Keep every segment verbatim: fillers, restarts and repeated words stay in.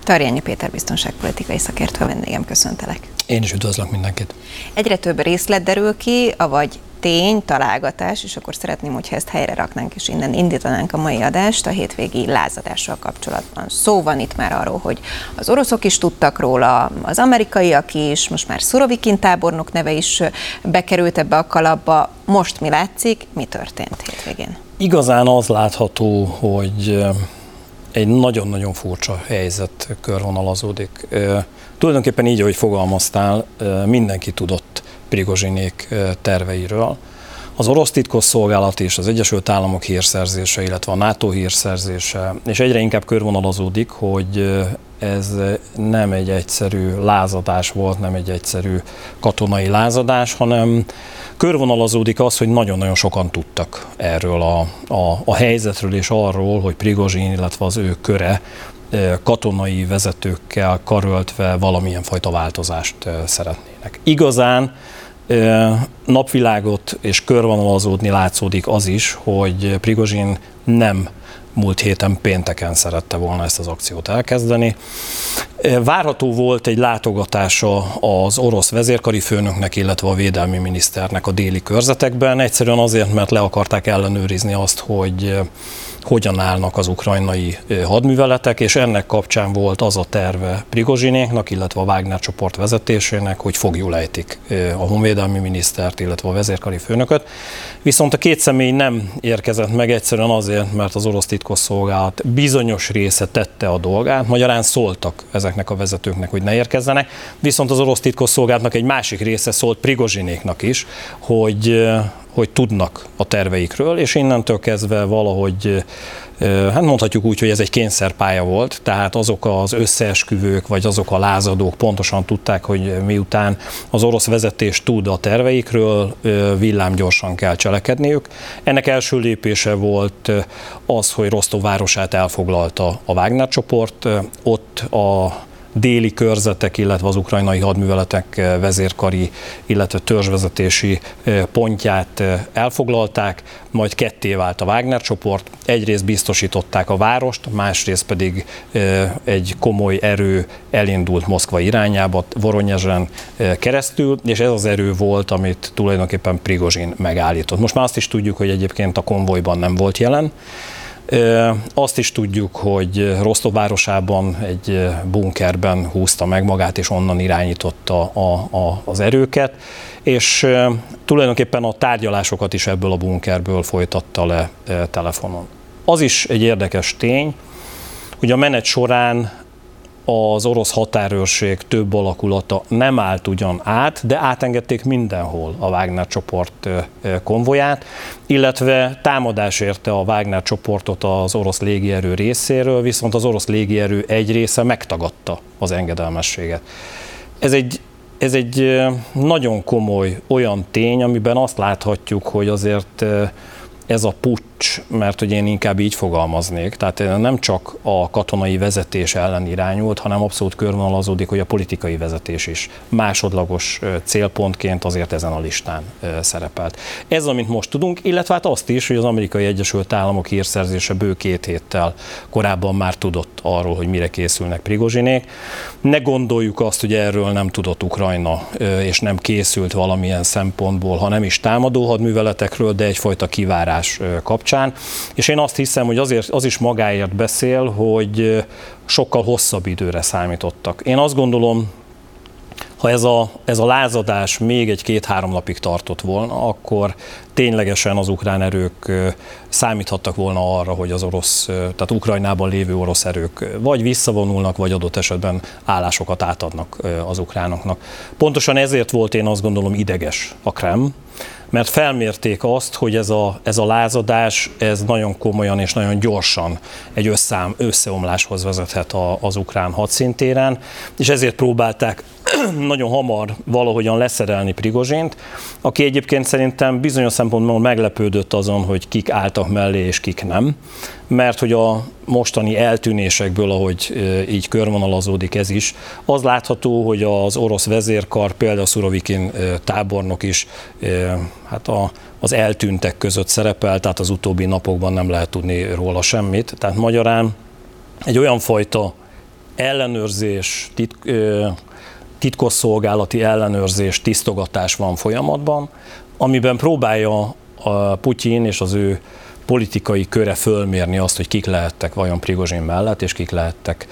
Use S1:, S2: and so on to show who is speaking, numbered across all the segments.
S1: Tarjányi Péter biztonságpolitikai szakértő a vendégem, köszöntelek.
S2: Én is üdvözlök mindenkit.
S1: Egyre több részlet derül ki, avagy tény, találgatás, és akkor szeretném, hogyha ezt helyre raknánk, és innen indítanánk a mai adást a hétvégi lázadással kapcsolatban. Szó van itt már arról, hogy az oroszok is tudtak róla, az amerikaiak is, most már Szurovikin tábornok neve is bekerült ebbe a kalapba. Most mi látszik, mi történt hétvégén?
S2: Igazán az látható, hogy egy nagyon-nagyon furcsa helyzet körvonalazódik. E, tulajdonképpen így, ahogy fogalmaztál, e, mindenki tudott Prigozsinék e, terveiről. Az orosz titkosszolgálat és az Egyesült Államok hírszerzése, illetve a NATO hírszerzése, és egyre inkább körvonalazódik, hogy ez nem egy egyszerű lázadás volt, nem egy egyszerű katonai lázadás, hanem körvonalazódik az, hogy nagyon-nagyon sokan tudtak erről a, a, a helyzetről és arról, hogy Prigozsin, illetve az ő köre katonai vezetőkkel karöltve valamilyen fajta változást szeretnének. Igazán napvilágot és körvonalazódni látszódik az is, hogy Prigozsin nem múlt héten pénteken szerette volna ezt az akciót elkezdeni. Várható volt egy látogatása az orosz vezérkari főnöknek, illetve a védelmi miniszternek a déli körzetekben, egyszerűen azért, mert le akarták ellenőrizni azt, hogy hogyan állnak az ukrajnai hadműveletek, és ennek kapcsán volt az a terve Prigozsinéknak, illetve a Wagner csoport vezetésének, hogy foglyul ejtik a honvédelmi minisztert, illetve a vezérkari főnököt. Viszont a két személy nem érkezett meg egyszerűen azért, mert az orosz titkosszolgálat bizonyos része tette a dolgát, magyarán szóltak ezeknek a vezetőknek, hogy ne érkezzenek, viszont az orosz titkosszolgálatnak egy másik része szólt Prigozsinéknak is, hogy hogy tudnak a terveikről, és innentől kezdve valahogy, hát mondhatjuk úgy, hogy ez egy kényszerpálya volt, tehát azok az összeesküvők, vagy azok a lázadók pontosan tudták, hogy miután az orosz vezetés tud a terveikről, villámgyorsan kell cselekedniük. Ennek első lépése volt az, hogy Rostov városát elfoglalta a Wagner csoport, ott a déli körzetek, illetve az ukrajnai hadműveletek vezérkari, illetve törzsvezetési pontját elfoglalták, majd ketté vált a Wagner csoport. Egyrészt biztosították a várost, másrészt pedig egy komoly erő elindult Moszkva irányába, Voronyezsen keresztül, és ez az erő volt, amit tulajdonképpen Prigozsin megállított. Most már azt is tudjuk, hogy egyébként a konvojban nem volt jelen. Azt is tudjuk, hogy Rostov városában egy bunkerben húzta meg magát, és onnan irányította a, a, az erőket, és tulajdonképpen a tárgyalásokat is ebből a bunkerből folytatta le telefonon. Az is egy érdekes tény, hogy a menet során az orosz határőrség több alakulata nem állt ugyan át, de átengedték mindenhol a Wagner csoport konvoját, illetve támadás érte a Wagner csoportot az orosz légierő részéről, viszont az orosz légierő egy része megtagadta az engedelmességet. Ez egy, ez egy nagyon komoly olyan tény, amiben azt láthatjuk, hogy azért ez a puccs, mert hogy én inkább így fogalmaznék, tehát nem csak a katonai vezetés ellen irányult, hanem abszolút körvonalazódik, hogy a politikai vezetés is másodlagos célpontként azért ezen a listán szerepelt. Ez, amit most tudunk, illetve hát azt is, hogy az Amerikai Egyesült Államok hírszerzése bő két héttel korábban már tudott arról, hogy mire készülnek Prigozsinék. Ne gondoljuk azt, hogy erről nem tudott Ukrajna, és nem készült valamilyen szempontból, ha nem is támadó hadműveletekről, de egyfajta kivárás kapcsán. És én azt hiszem, hogy azért az is magáért beszél, hogy sokkal hosszabb időre számítottak. Én azt gondolom, ha ez a, ez a lázadás még egy két-három napig tartott volna, akkor ténylegesen az ukrán erők számíthattak volna arra, hogy az orosz, tehát Ukrajnában lévő orosz erők vagy visszavonulnak, vagy adott esetben állásokat átadnak az ukránoknak. Pontosan ezért volt, én azt gondolom, ideges a Kreml, mert felmérték azt, hogy ez a, ez a lázadás, ez nagyon komolyan és nagyon gyorsan egy összeám, összeomláshoz vezethet a, az ukrán hadszintéren, és ezért próbálták nagyon hamar valahogyan leszerelni Prigozsint, aki egyébként szerintem bizonyos szempontból meglepődött azon, hogy kik álltak mellé és kik nem, mert hogy a mostani eltűnésekből, ahogy így körvonalazódik ez is, az látható, hogy az orosz vezérkar, például Szurovikin tábornok is hát a, az eltűntek között szerepel, tehát az utóbbi napokban nem lehet tudni róla semmit. Tehát magyarán egy olyan fajta ellenőrzés, tit, titkosszolgálati ellenőrzés, tisztogatás van folyamatban, amiben próbálja a Putyin és az ő politikai köre fölmérni azt, hogy kik lehettek vajon Prigozsin mellett, és kik lehettek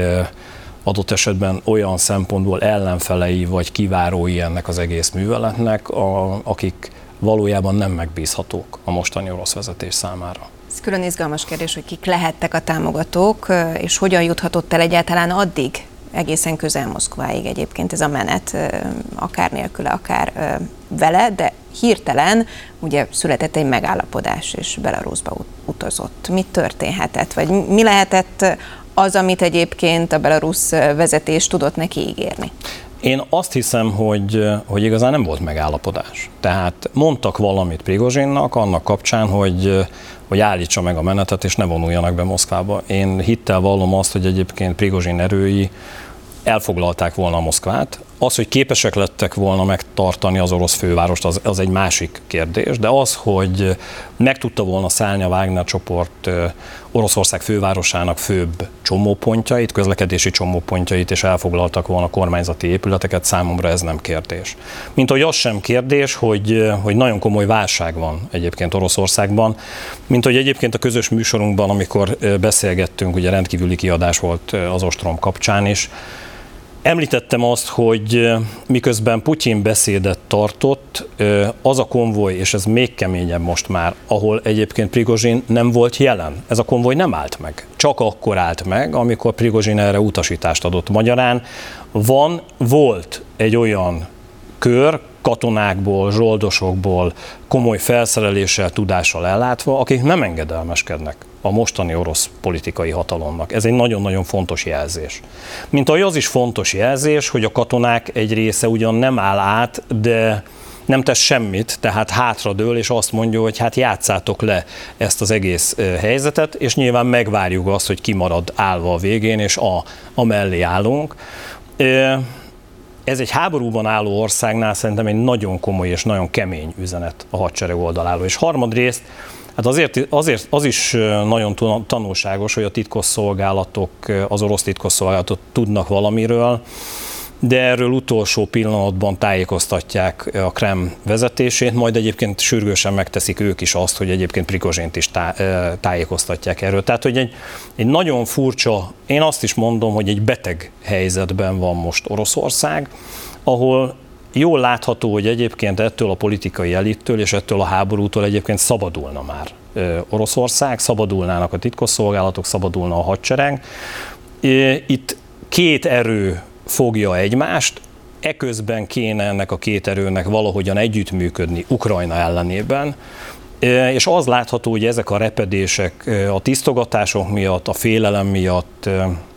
S2: adott esetben olyan szempontból ellenfelei vagy kivárói ennek az egész műveletnek, a, akik valójában nem megbízhatók a mostani orosz vezetés számára.
S1: Ez külön izgalmas kérdés, hogy kik lehettek a támogatók, és hogyan juthatott el egyáltalán addig, egészen közel Moszkváig egyébként ez a menet, akár nélküle, akár vele, de hirtelen ugye született egy megállapodás, és Belarusba utazott. Mi történhetett, vagy mi lehetett az, amit egyébként a belarusz vezetés tudott neki ígérni?
S2: Én azt hiszem, hogy, hogy igazán nem volt megállapodás. Tehát mondtak valamit Prigozsinnak annak kapcsán, hogy, hogy állítsa meg a menetet, és ne vonuljanak be Moszkvába. Én hittel vallom azt, hogy egyébként Prigozsin erői elfoglalták volna a Moszkvát. Az, hogy képesek lettek volna megtartani az orosz fővárost, az, az egy másik kérdés, de az, hogy meg tudta volna szállni a Wagner csoport Oroszország fővárosának főbb csomópontjait, közlekedési csomópontjait, és elfoglaltak volna kormányzati épületeket, számomra ez nem kérdés. Mint hogy az sem kérdés, hogy, hogy nagyon komoly válság van egyébként Oroszországban, mint hogy egyébként a közös műsorunkban, amikor beszélgettünk, ugye rendkívüli kiadás volt az ostrom kapcsán is, említettem azt, hogy miközben Putyin beszédet tartott, az a konvoj, és ez még keményebb most már, ahol egyébként Prigozsin nem volt jelen. Ez a konvoj nem állt meg. Csak akkor állt meg, amikor Prigozsin erre utasítást adott. Magyarán van, volt egy olyan kör, katonákból, zsoldosokból, komoly felszereléssel, tudással ellátva, akik nem engedelmeskednek a mostani orosz politikai hatalomnak. Ez egy nagyon-nagyon fontos jelzés. Mint ahogy az is fontos jelzés, hogy a katonák egy része ugyan nem áll át, de nem tesz semmit, tehát hátradől, és azt mondja, hogy hát játszátok le ezt az egész helyzetet, és nyilván megvárjuk azt, hogy ki marad állva a végén, és a, a mellé állunk. Ez egy háborúban álló országnál szerintem egy nagyon komoly és nagyon kemény üzenet a hadsereg oldaláról. És harmadrészt, hát azért, azért az is nagyon tanulságos, hogy a titkosszolgálatok, az orosz titkosszolgálatok tudnak valamiről, de erről utolsó pillanatban tájékoztatják a Kreml vezetését, majd egyébként sürgősen megteszik ők is azt, hogy egyébként Prigozsint is tá, tájékoztatják erről. Tehát, hogy egy, egy nagyon furcsa, én azt is mondom, hogy egy beteg helyzetben van most Oroszország, ahol jól látható, hogy egyébként ettől a politikai elittől és ettől a háborútól egyébként szabadulna már Oroszország, szabadulnának a titkosszolgálatok, szabadulna a hadsereg. Itt két erő fogja egymást, eközben kéne ennek a két erőnek valahogyan együttműködni Ukrajna ellenében, és az látható, hogy ezek a repedések a tisztogatások miatt, a félelem miatt,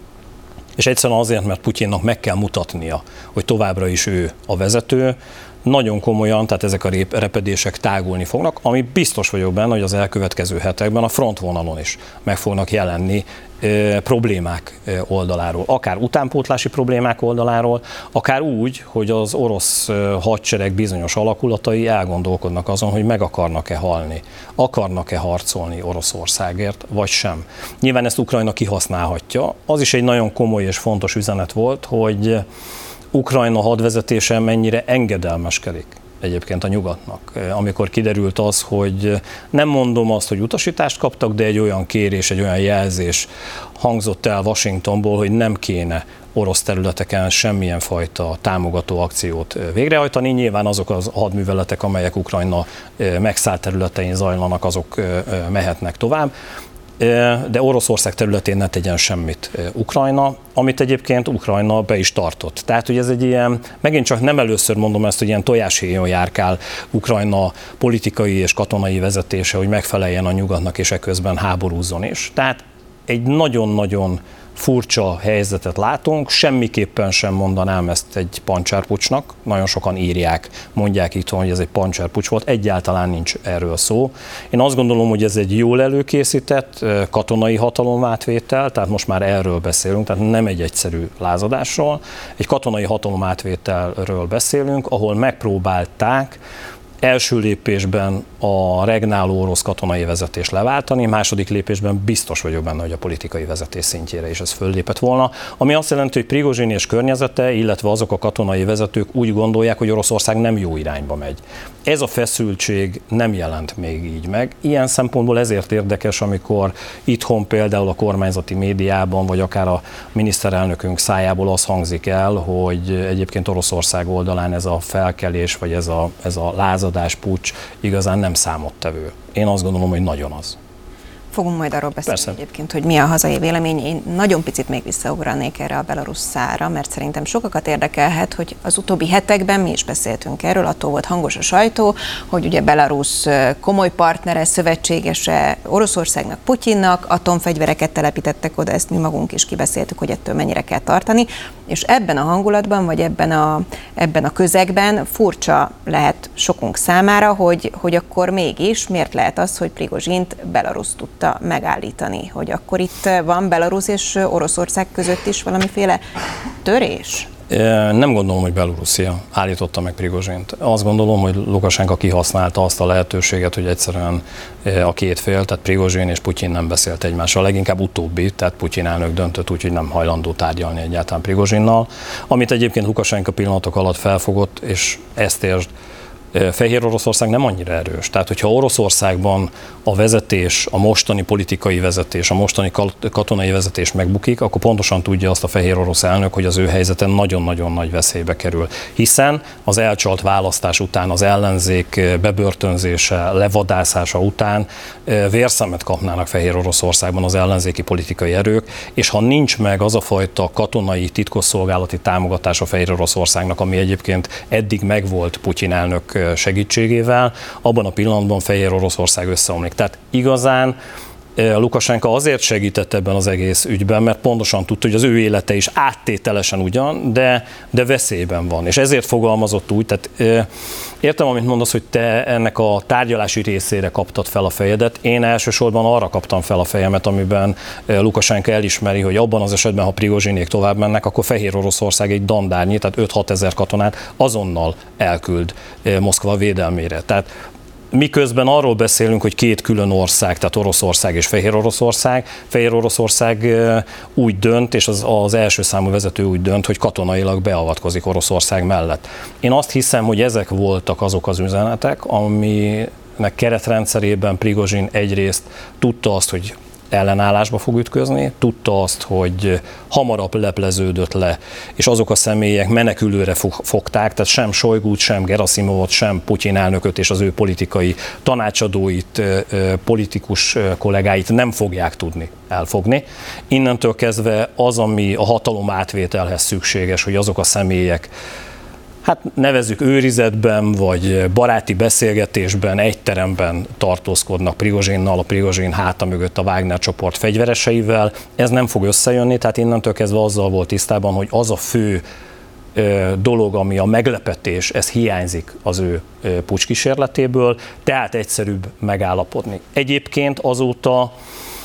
S2: és egyszerűen azért, mert Putyinnak meg kell mutatnia, hogy továbbra is ő a vezető, nagyon komolyan, tehát ezek a repedések tágulni fognak, ami biztos vagyok benne, hogy az elkövetkező hetekben a frontvonalon is meg fognak jelenni e, problémák oldaláról, akár utánpótlási problémák oldaláról, akár úgy, hogy az orosz hadsereg bizonyos alakulatai elgondolkodnak azon, hogy meg akarnak-e halni, akarnak-e harcolni Oroszországért, vagy sem. Nyilván ezt Ukrajna kihasználhatja. Az is egy nagyon komoly és fontos üzenet volt, hogy Ukrajna hadvezetése mennyire engedelmeskedik egyébként a nyugatnak. Amikor kiderült az, hogy nem mondom azt, hogy utasítást kaptak, de egy olyan kérés, egy olyan jelzés hangzott el Washingtonból, hogy nem kéne orosz területeken semmilyen fajta támogató akciót végrehajtani. Nyilván azok az hadműveletek, amelyek Ukrajna megszállt területein zajlanak, azok mehetnek tovább. De Oroszország területén ne tegyen semmit Ukrajna, amit egyébként Ukrajna be is tartott. Tehát, hogy ez egy ilyen, megint csak nem először mondom ezt, hogy ilyen tojáshéjon járkál Ukrajna politikai és katonai vezetése, hogy megfeleljen a nyugatnak, és eközben háborúzzon is. Tehát egy nagyon-nagyon furcsa helyzetet látunk, semmiképpen sem mondanám ezt egy pancsárpucsnak, nagyon sokan írják, mondják itt, hogy ez egy pancsárpucs volt, egyáltalán nincs erről szó. Én azt gondolom, hogy ez egy jól előkészített katonai hatalomátvétel, tehát most már erről beszélünk, tehát nem egy egyszerű lázadásról, egy katonai hatalomátvételről beszélünk, ahol megpróbálták első lépésben a regnáló orosz katonai vezetés leváltani, második lépésben biztos vagyok benne, hogy a politikai vezetés szintjére is ez föllépett volna, ami azt jelenti, hogy Prigozsin és környezete, illetve azok a katonai vezetők úgy gondolják, hogy Oroszország nem jó irányba megy. Ez a feszültség nem jelent még így meg. Ilyen szempontból ezért érdekes, amikor itthon például a kormányzati médiában, vagy akár a miniszterelnökünk szájából az hangzik el, hogy egyébként Oroszország oldalán ez a felkelés, vagy ez a, ez a lázadás, puccs igazán nem számottevő. Én azt gondolom, hogy nagyon az.
S1: Fogunk majd arról beszélni
S2: Persze.
S1: egyébként, hogy mi a hazai vélemény. Én nagyon picit még visszaugranék erre a belarusz szára, mert szerintem sokakat érdekelhet, hogy az utóbbi hetekben mi is beszéltünk erről, attól volt hangos a sajtó, hogy ugye Belarusz komoly partnere, szövetségese Oroszországnak, Putyinnak, atomfegyvereket telepítettek oda, ezt mi magunk is kibeszéltük, hogy ettől mennyire kell tartani, és ebben a hangulatban, vagy ebben a, ebben a közegben furcsa lehet sokunk számára, hogy, hogy akkor mégis miért lehet az, hogy Prigozsint Belarusz tudta megállítani, hogy akkor itt van Belarusz és Oroszország között is valamiféle törés?
S2: Nem gondolom, hogy Belorusszia állította meg Prigozsint. Azt gondolom, hogy Lukasenka kihasználta azt a lehetőséget, hogy egyszerűen a két fél, tehát Prigozsin és Putyin nem beszélt egymással, leginkább utóbbi, tehát Putyin elnök döntött úgy, hogy nem hajlandó tárgyalni egyáltalán Prigozsinnal, amit egyébként Lukasenka pillanatok alatt felfogott, és ezt értsd, Fehér Oroszország nem annyira erős. Tehát, hogyha Oroszországban a vezetés, a mostani politikai vezetés, a mostani katonai vezetés megbukik, akkor pontosan tudja azt a fehér orosz elnök, hogy az ő helyzete nagyon-nagyon nagy veszélybe kerül. Hiszen az elcsalt választás után, az ellenzék bebörtönzése, levadászása után vérszemet kapnának Fehér Oroszországban az ellenzéki politikai erők, és ha nincs meg az a fajta katonai titkosszolgálati támogatás a Fehér Oroszországnak, ami egyébként eddig megvolt Putyin elnök segítségével, abban a pillanatban Fehér Oroszország összeomlik. Tehát igazán Lukasenka azért segített ebben az egész ügyben, mert pontosan tudta, hogy az ő élete is áttételesen ugyan, de, de veszélyben van. És ezért fogalmazott úgy, tehát értem, amit mondasz, hogy te ennek a tárgyalási részére kaptad fel a fejedet. Én elsősorban arra kaptam fel a fejemet, amiben Lukasenka elismeri, hogy abban az esetben, ha Prigozsinék tovább mennek, akkor Fehér Oroszország egy dandárnyi, tehát öt-hat ezer katonát azonnal elküld Moszkva védelmére. Tehát miközben arról beszélünk, hogy két külön ország, tehát Oroszország és Fehér Oroszország, Fehér Oroszország úgy dönt, és az, az első számú vezető úgy dönt, hogy katonailag beavatkozik Oroszország mellett. Én azt hiszem, hogy ezek voltak azok az üzenetek, aminek keretrendszerében Prigozsin egyrészt tudta azt, hogy ellenállásba fog ütközni, tudta azt, hogy hamarabb lepleződött le, és azok a személyek menekülőre fogták, tehát sem Sojgút, sem Gerasimovot, sem Putyin elnököt és az ő politikai tanácsadóit, politikus kollégáit nem fogják tudni elfogni. Innentől kezdve az, ami a hatalom átvételhez szükséges, hogy azok a személyek, hát nevezzük őrizetben, vagy baráti beszélgetésben, egy teremben tartózkodnak Prigozsinnal, a Prigozsin háta mögött a Wagner csoport fegyvereseivel. Ez nem fog összejönni, tehát innentől kezdve azzal volt tisztában, hogy az a fő dolog, ami a meglepetés, ez hiányzik az ő pucskísérletéből, tehát egyszerűbb megállapodni. Egyébként azóta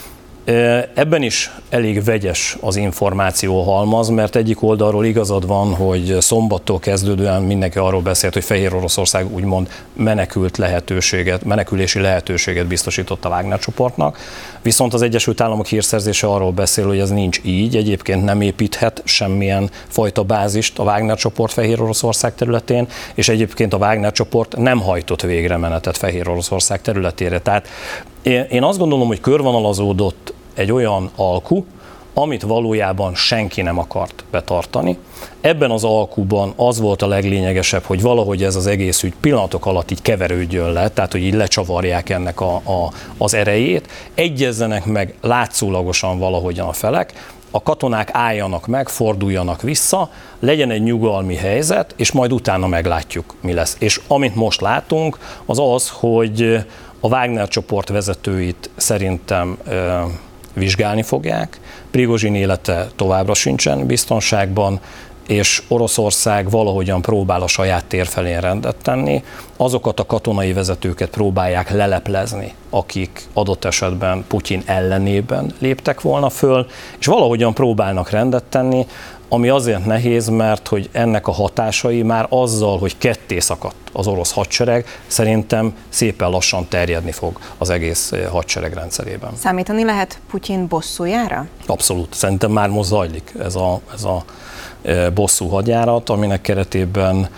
S2: ebben is elég vegyes az információhalmaz, mert egyik oldalról igazad van, hogy szombattól kezdődően mindenki arról beszélt, hogy Fehér Oroszország úgymond menekült lehetőséget, menekülési lehetőséget biztosított a Wagner csoportnak, viszont az Egyesült Államok hírszerzése arról beszél, hogy ez nincs így, egyébként nem építhet semmilyen fajta bázist a Wagner csoport Fehér Oroszország területén, és egyébként a Wagner csoport nem hajtott végre menetet Fehér Oroszország területére. Tehát én azt gondolom, hogy körvonalazódott egy olyan alku, amit valójában senki nem akart betartani. Ebben az alkuban az volt a leglényegesebb, hogy valahogy ez az egész ügy pillanatok alatt így keverődjön le, tehát hogy így lecsavarják ennek a, a, az erejét, egyezzenek meg látszólagosan valahogyan a felek, a katonák álljanak meg, forduljanak vissza, legyen egy nyugalmi helyzet, és majd utána meglátjuk, mi lesz. És amit most látunk, az az, hogy a Wagner csoport vezetőit szerintem ö, vizsgálni fogják, Prigozsin élete továbbra sincsen biztonságban, és Oroszország valahogyan próbál a saját tér felén rendet tenni, azokat a katonai vezetőket próbálják leleplezni, akik adott esetben Putyin ellenében léptek volna föl, és valahogyan próbálnak rendet tenni. ami azért nehéz, mert hogy ennek a hatásai már azzal, hogy ketté szakadt az orosz hadsereg, szerintem szépen lassan terjedni fog az egész hadsereg rendszerében.
S1: Számítani lehet Putyin bosszújára?
S2: Abszolút. Szerintem már most zajlik ez a, ez a bosszú hadjárat, aminek keretében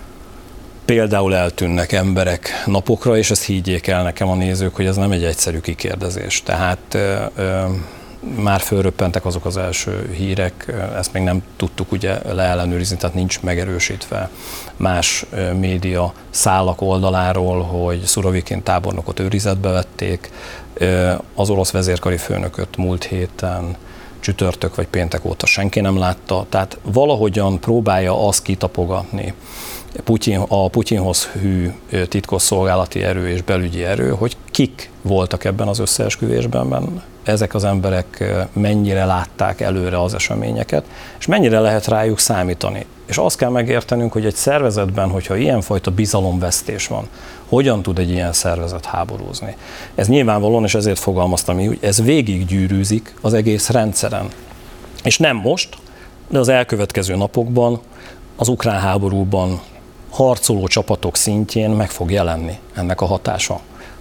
S2: például eltűnnek emberek napokra, és ezt higgyék el nekem a nézők, hogy ez nem egy egyszerű kikérdezés. Tehát ö, ö, már fölröppentek azok az első hírek, ezt még nem tudtuk ugye leellenőrizni, tehát nincs megerősítve más média szálak oldaláról, hogy Szurovikin tábornokot őrizetbe vették. Az orosz vezérkari főnököt múlt héten csütörtök vagy péntek óta senki nem látta, tehát valahogyan próbálja azt kitapogatni Putyin, a Putyinhoz hű titkosszolgálati erő és belügyi erő, hogy kik voltak ebben az összeesküvésben, ezek az emberek mennyire látták előre az eseményeket, és mennyire lehet rájuk számítani. És azt kell megértenünk, hogy egy szervezetben, hogyha ilyenfajta bizalomvesztés van, hogyan tud egy ilyen szervezet háborúzni. Ez nyilvánvalóan, és ezért fogalmaztam így, hogy ez végiggyűrűzik az egész rendszeren. És nem most, de az elkövetkező napokban, az ukrán háborúban harcoló csapatok szintjén meg fog jelenni ennek a hatása.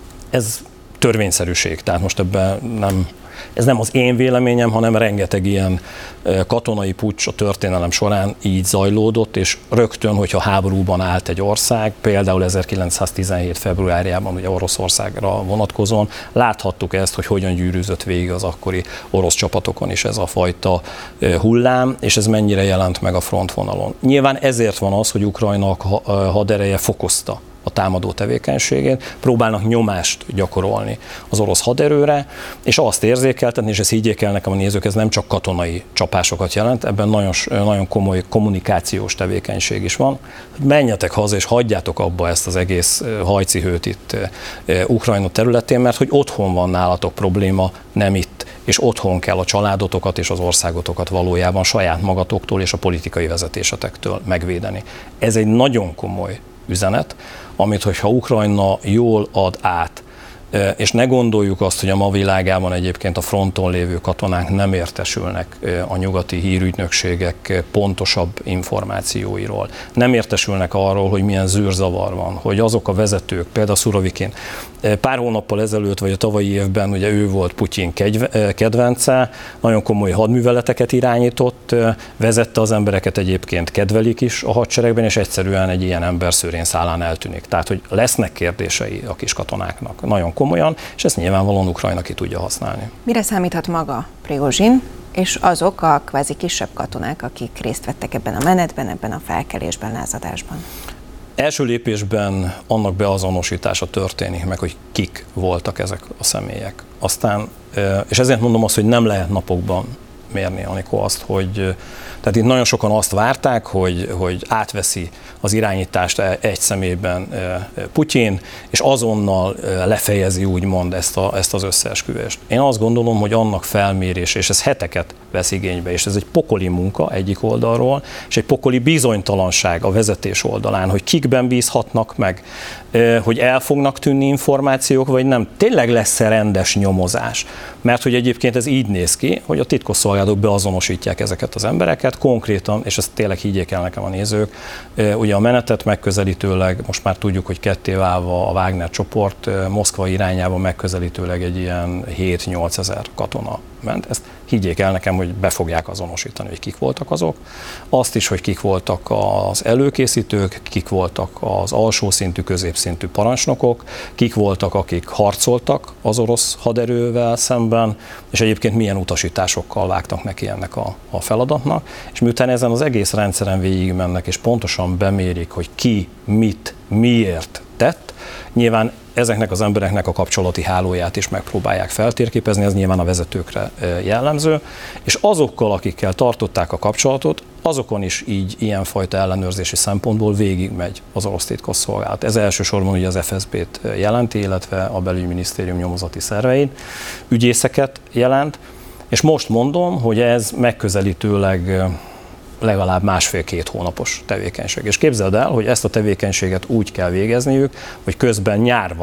S2: Ez törvényszerűség, tehát most ebben nem, ez nem az én véleményem, hanem rengeteg ilyen katonai puccs a történelem során így zajlódott, és rögtön, hogyha háborúban állt egy ország, például ezerkilencszáztizenhét februárjában, ugye Oroszországra vonatkozóan, láthattuk ezt, hogy hogyan gyűrűzött végig az akkori orosz csapatokon is ez a fajta hullám, és ez mennyire jelent meg a frontvonalon. Nyilván ezért van az, hogy Ukrajna hadereje fokozta a támadó tevékenységét, próbálnak nyomást gyakorolni az orosz haderőre, és azt érzékeltetni, és ezt higgyék el nekem a nézők, ez nem csak katonai csapásokat jelent, ebben nagyon, nagyon komoly kommunikációs tevékenység is van, hogy menjetek haza és hagyjátok abba ezt az egész hajcihőt itt Ukrajna területén, mert hogy otthon van nálatok probléma, nem itt, és otthon kell a családotokat és az országotokat valójában saját magatoktól és a politikai vezetésetektől megvédeni. Ez egy nagyon komoly üzenet, amit, hogyha Ukrajna jól ad át, és ne gondoljuk azt, hogy a ma világában egyébként a fronton lévő katonák nem értesülnek a nyugati hírügynökségek pontosabb információiról. Nem értesülnek arról, hogy milyen zűrzavar van, hogy azok a vezetők, például Szurovikin, pár hónappal ezelőtt, vagy a tavalyi évben ugye ő volt Putyin kedvence, nagyon komoly hadműveleteket irányított, vezette az embereket, egyébként kedvelik is a hadseregben, és egyszerűen egy ilyen ember szőrén szálán eltűnik. Tehát, hogy lesznek kérdései a kis katonáknak, nagyon komolyan, és ezt nyilvánvalóan Ukrajna ki tudja használni.
S1: Mire számíthat maga Prigozsin, és azok a kvázi kisebb katonák, akik részt vettek ebben a menetben, ebben a felkelésben, lázadásban?
S2: Első lépésben annak beazonosítása történik meg, hogy kik voltak ezek a személyek. Aztán, és ezért mondom azt, hogy nem lehet napokban mérni, Anikó, azt, hogy tehát itt nagyon sokan azt várták, hogy, hogy átveszi az irányítást egy személyben Putyin, és azonnal lefejezi úgymond ezt, a, ezt az összeesküvést. Én azt gondolom, hogy annak felmérése, és ez heteket vesz igénybe, és ez egy pokoli munka egyik oldalról, és egy pokoli bizonytalanság a vezetés oldalán, hogy kikben bízhatnak meg, hogy el fognak tűnni információk, vagy nem. Tényleg lesz-e rendes nyomozás? Mert hogy egyébként ez így néz ki, hogy a titkosszolgálatok beazonosítják ezeket az embereket, konkrétan, és ezt tényleg higgyék el nekem a nézők, ugye a menetet megközelítőleg, most már tudjuk, hogy ketté válva a Wagner csoport, Moszkva irányába megközelítőleg egy ilyen hét-nyolc ezer katona ment. Ezt higgyék el nekem, hogy be fogják azonosítani, hogy kik voltak azok. Azt is, hogy kik voltak az előkészítők, kik voltak az alsó szintű, középszintű parancsnokok, kik voltak, akik harcoltak az orosz haderővel szemben, és egyébként milyen utasításokkal vágtak neki ennek a, a feladatnak. És miután ezen az egész rendszeren végigmennek, és pontosan bemérik, hogy ki, mit, miért tett, nyilván ezeknek az embereknek a kapcsolati hálóját is megpróbálják feltérképezni, ez nyilván a vezetőkre jellemző, és azokkal, akikkel tartották a kapcsolatot, azokon is így ilyenfajta ellenőrzési szempontból végigmegy az orosz titkosszolgálat. Ez elsősorban ugye az ef es bé-t jelenti, illetve a belügyminisztérium nyomozati szerveit, ügyészeket jelent, és most mondom, hogy ez megközelítőleg legalább másfél-két hónapos tevékenység. És képzeld el, hogy ezt a tevékenységet úgy kell végezniük, hogy közben nyár van,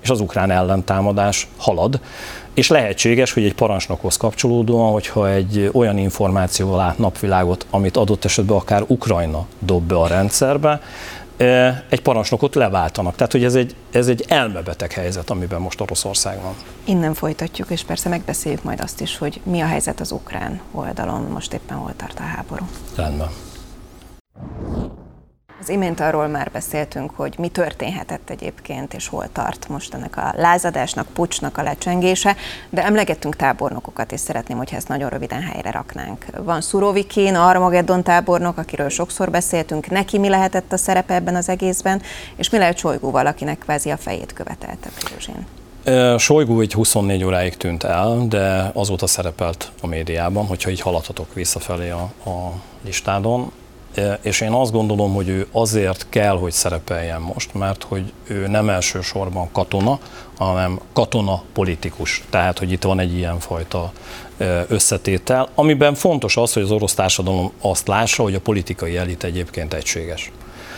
S2: és az ukrán ellentámadás halad, és lehetséges, hogy egy parancsnokhoz kapcsolódóan, hogyha egy olyan információ lát napvilágot, amit adott esetben akár Ukrajna dob be a rendszerbe, egy parancsnokot leváltanak. Tehát, hogy ez egy, ez egy elmebeteg helyzet, amiben most Oroszország van.
S1: Innen folytatjuk, és persze megbeszéljük majd azt is, hogy mi a helyzet az ukrán oldalon, most éppen hol tart a háború.
S2: Rendben.
S1: Az imént arról már beszéltünk, hogy mi történhetett egyébként, és hol tart most ennek a lázadásnak, puccsnak a lecsengése, de emlegettünk tábornokokat, és szeretném, hogyha ezt nagyon röviden helyre raknánk. Van Szurovikin, Armageddon tábornok, akiről sokszor beszéltünk, neki mi lehetett a szerepe ebben az egészben, és mi lehet Sojguval, akinek kvázi a fejét követelte Prigozsin?
S2: Sojgu egy huszonnégy óráig tűnt el, de azóta szerepelt a médiában, hogyha így haladhatok visszafelé a, a listádon. És én azt gondolom, hogy ő azért kell, hogy szerepeljen most, mert hogy ő nem elsősorban katona, hanem katona politikus. Tehát, hogy itt van egy ilyenfajta összetétel, amiben fontos az, hogy az orosz társadalom azt lássa, hogy a politikai elit egyébként egységes.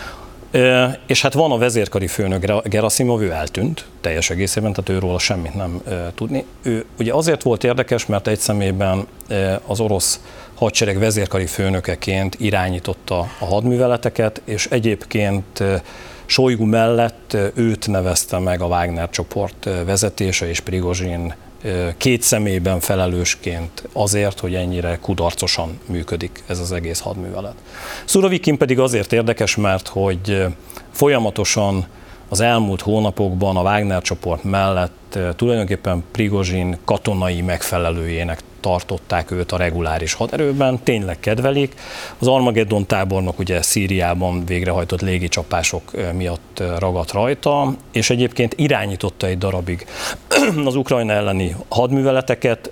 S2: És hát van a vezérkari főnök Gerasimov, ő eltűnt teljes egészében, tehát őről semmit nem tudni. Ő ugye azért volt érdekes, mert egy személyben az orosz hadsereg vezérkari főnökeként irányította a hadműveleteket, és egyébként Sojgu mellett őt nevezte meg a Wagner csoport vezetése, és Prigozsin két személyben felelősként azért, hogy ennyire kudarcosan működik ez az egész hadművelet. Szurovikin pedig azért érdekes, mert hogy folyamatosan az elmúlt hónapokban a Wagner csoport mellett tulajdonképpen Prigozsin katonai megfelelőjének tartották őt a reguláris haderőben, tényleg kedvelik. Az Armageddon tábornok ugye Szíriában végrehajtott légicsapások miatt ragadt rajta, és egyébként irányította egy darabig az Ukrajna elleni hadműveleteket.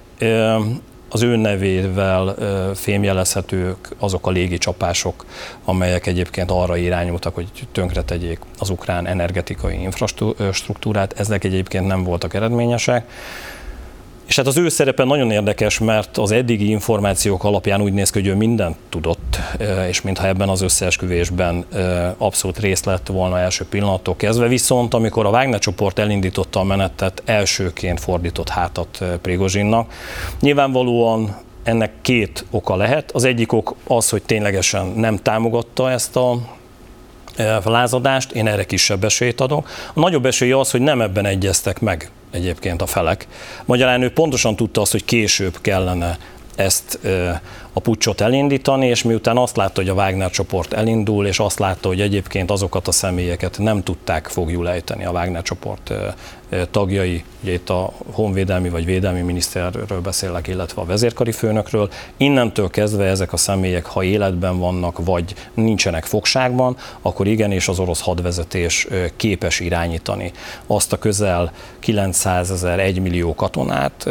S2: Az ő nevével fémjelezhetők azok a légicsapások, amelyek egyébként arra irányultak, hogy tönkretegyék az ukrán energetikai infrastruktúrát. Ezek egyébként nem voltak eredményesek. És hát az ő szerepe nagyon érdekes, mert az eddigi információk alapján úgy néz ki, hogy ő mindent tudott, és mintha ebben az összeesküvésben abszolút részt lett volna első pillanattól kezdve, viszont amikor a Wagner csoport elindította a menetet, elsőként fordított hátat Prigozsinnak. Nyilvánvalóan ennek két oka lehet. Az egyik ok az, hogy ténylegesen nem támogatta ezt a lázadást, én erre kisebb esélyt adok. A nagyobb esély az, hogy nem ebben egyeztek meg egyébként a felek. Magyarán ő pontosan tudta azt, hogy később kellene ezt a puccsot elindítani, és miután azt látta, hogy a Wagner csoport elindul, és azt látta, hogy egyébként azokat a személyeket nem tudták foglyul ejteni a Wagner csoport tagjai, ugye itt a honvédelmi vagy védelmi miniszterről beszélek, illetve a vezérkari főnökről, innentől kezdve ezek a személyek, ha életben vannak, vagy nincsenek fogságban, akkor igenis az orosz hadvezetés képes irányítani azt a közel kilencszázezer, egymillió katonát,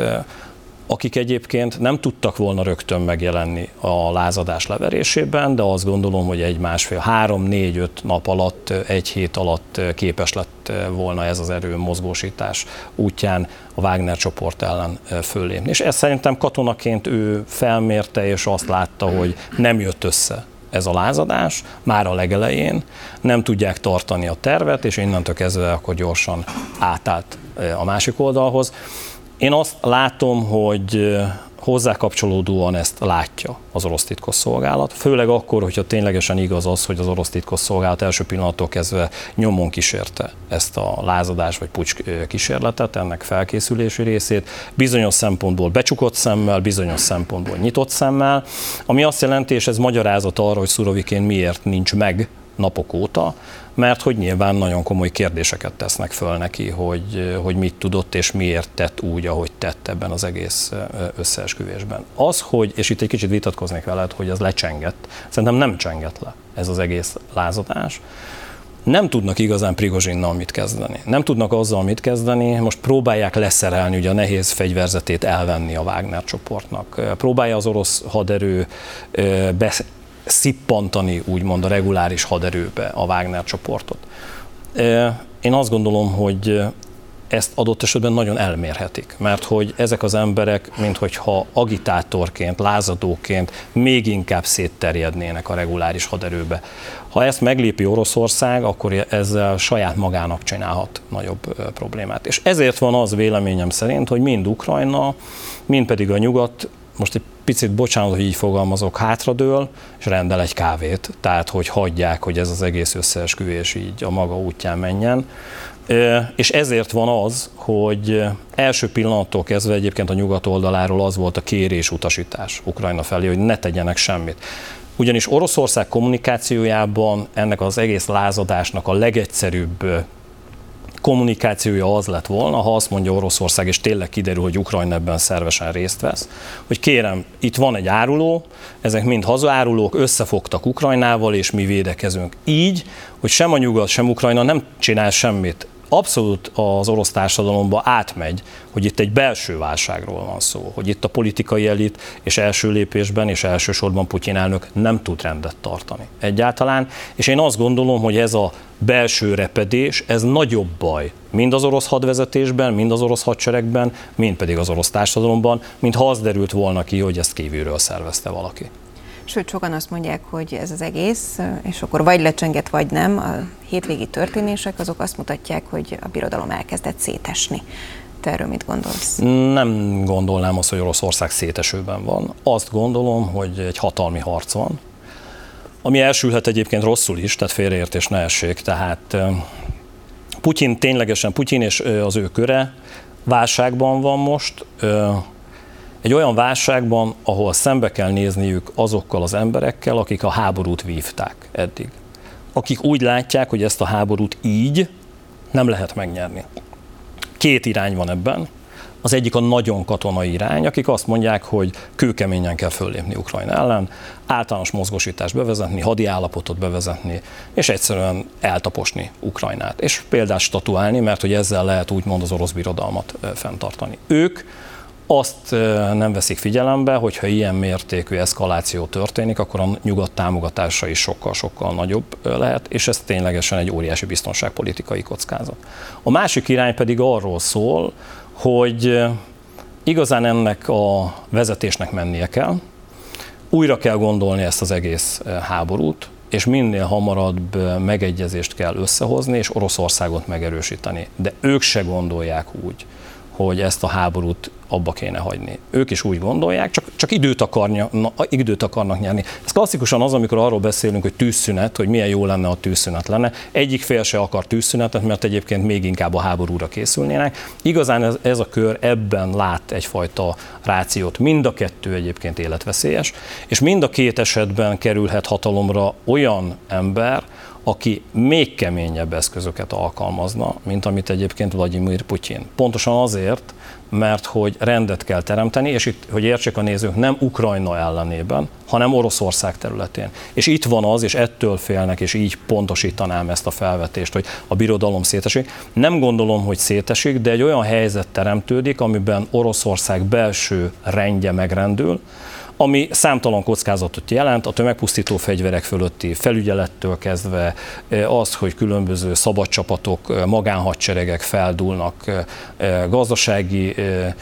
S2: akik egyébként nem tudtak volna rögtön megjelenni a lázadás leverésében, de azt gondolom, hogy egy másfél, három, négy, öt nap alatt, egy hét alatt képes lett volna ez az erő mozgósítás útján a Wagner csoport ellen föllépni. És ezt szerintem katonaként ő felmérte, és azt látta, hogy nem jött össze ez a lázadás, már a legelején, nem tudják tartani a tervet, és innentől kezdve akkor gyorsan átállt a másik oldalhoz. Én azt látom, hogy hozzá kapcsolódóan ezt látja az orosz titkosszolgálat, főleg akkor, hogyha ténylegesen igaz az, hogy az orosz titkosszolgálat első pillanattól kezdve nyomon kísérte ezt a lázadás vagy puccs kísérletet, ennek felkészülési részét, bizonyos szempontból becsukott szemmel, bizonyos szempontból nyitott szemmel, ami azt jelenti, és ez magyarázat arra, hogy Szurovikin miért nincs meg napok óta, mert hogy nyilván nagyon komoly kérdéseket tesznek föl neki, hogy, hogy mit tudott és miért tett úgy, ahogy tett ebben az egész összeesküvésben. Az, hogy, és itt egy kicsit vitatkoznék veled, hogy az lecsengett, szerintem nem csengett le ez az egész lázadás. Nem tudnak igazán Prigozsinnal mit kezdeni. Nem tudnak azzal mit kezdeni, most próbálják leszerelni ugye a nehéz fegyverzetét elvenni a Wagner csoportnak. Próbálja az orosz haderő be szippantani úgymond a reguláris haderőbe a Wagner csoportot. Én azt gondolom, hogy ezt adott esetben nagyon elmérhetik, mert hogy ezek az emberek, minthogyha agitátorként, lázadóként még inkább szétterjednének a reguláris haderőbe. Ha ezt meglépi Oroszország, akkor ezzel saját magának csinálhat nagyobb problémát. És ezért van az véleményem szerint, hogy mind Ukrajna, mind pedig a nyugat, most egy picit bocsánat, hogy így fogalmazok, hátradől, és rendel egy kávét. Tehát, hogy hagyják, hogy ez az egész összeesküvés így a maga útján menjen. És ezért van az, hogy első pillanattól kezdve egyébként a nyugat oldaláról az volt a kérés, utasítás Ukrajna felé, hogy ne tegyenek semmit. Ugyanis Oroszország kommunikációjában ennek az egész lázadásnak a legegyszerűbb kommunikációja az lett volna, ha azt mondja Oroszország, és tényleg kiderül, hogy Ukrajna ebben szervesen részt vesz, hogy kérem, itt van egy áruló, ezek mind hazaárulók, összefogtak Ukrajnával, és mi védekezünk. Így, hogy sem a nyugat, sem Ukrajna nem csinál semmit. Abszolút az orosz társadalomba átmegy, hogy itt egy belső válságról van szó, hogy itt a politikai elit és első lépésben és elsősorban Putyin elnök nem tud rendet tartani egyáltalán, és én azt gondolom, hogy ez a belső repedés, ez nagyobb baj, mind az orosz hadvezetésben, mind az orosz hadseregben, mind pedig az orosz társadalomban, mint ha az derült volna ki, hogy ezt kívülről szervezte valaki.
S1: Sőt, sokan azt mondják, hogy ez az egész, és akkor vagy lecsengett, vagy nem, a hétvégi történések azok azt mutatják, hogy a birodalom elkezdett szétesni. Te erről mit gondolsz?
S2: Nem gondolnám azt, hogy Oroszország szétesőben van. Azt gondolom, hogy egy hatalmi harc van, ami elsülhet egyébként rosszul is, tehát félreértés ne essék. Tehát Putyin ténylegesen, Putyin és az ő köre válságban van most, egy olyan válságban, ahol szembe kell nézniük azokkal az emberekkel, akik a háborút vívták eddig. Akik úgy látják, hogy ezt a háborút így nem lehet megnyerni. Két irány van ebben. Az egyik a nagyon katonai irány, akik azt mondják, hogy kőkeményen kell föllépni Ukrajna ellen, általános mozgósítást bevezetni, hadi állapotot bevezetni, és egyszerűen eltaposni Ukrajnát. És példát statuálni, mert hogy ezzel lehet úgymond az orosz birodalmat fenntartani. Ők azt nem veszik figyelembe, hogyha ilyen mértékű eszkaláció történik, akkor a nyugat támogatása is sokkal-sokkal nagyobb lehet, és ez ténylegesen egy óriási biztonságpolitikai kockázat. A másik irány pedig arról szól, hogy igazán ennek a vezetésnek mennie kell, újra kell gondolni ezt az egész háborút, és minél hamarabb megegyezést kell összehozni, és Oroszországot megerősíteni. De ők se gondolják úgy, hogy ezt a háborút abba kéne hagyni. Ők is úgy gondolják, csak, csak időt, akarnya, na, időt akarnak nyerni. Ez klasszikusan az, amikor arról beszélünk, hogy tűzszünet, hogy milyen jó lenne, ha tűzszünet lenne. Egyik fél se akar tűzszünetet, mert egyébként még inkább a háborúra készülnének. Igazán ez, ez a kör ebben lát egyfajta rációt. Mind a kettő egyébként életveszélyes, és mind a két esetben kerülhet hatalomra olyan ember, aki még keményebb eszközöket alkalmazna, mint amit egyébként Vladimir Putyin. Pontosan azért, mert hogy rendet kell teremteni, és itt, hogy értsék a nézők, nem Ukrajna ellenében, hanem Oroszország területén. És itt van az, és ettől félnek, és így pontosítanám ezt a felvetést, hogy a birodalom szétesik. Nem gondolom, hogy szétesik, de egy olyan helyzet teremtődik, amiben Oroszország belső rendje megrendül, ami számtalan kockázatot jelent, a tömegpusztító fegyverek fölötti felügyelettől kezdve az, hogy különböző szabadcsapatok, magánhadseregek feldúlnak, gazdasági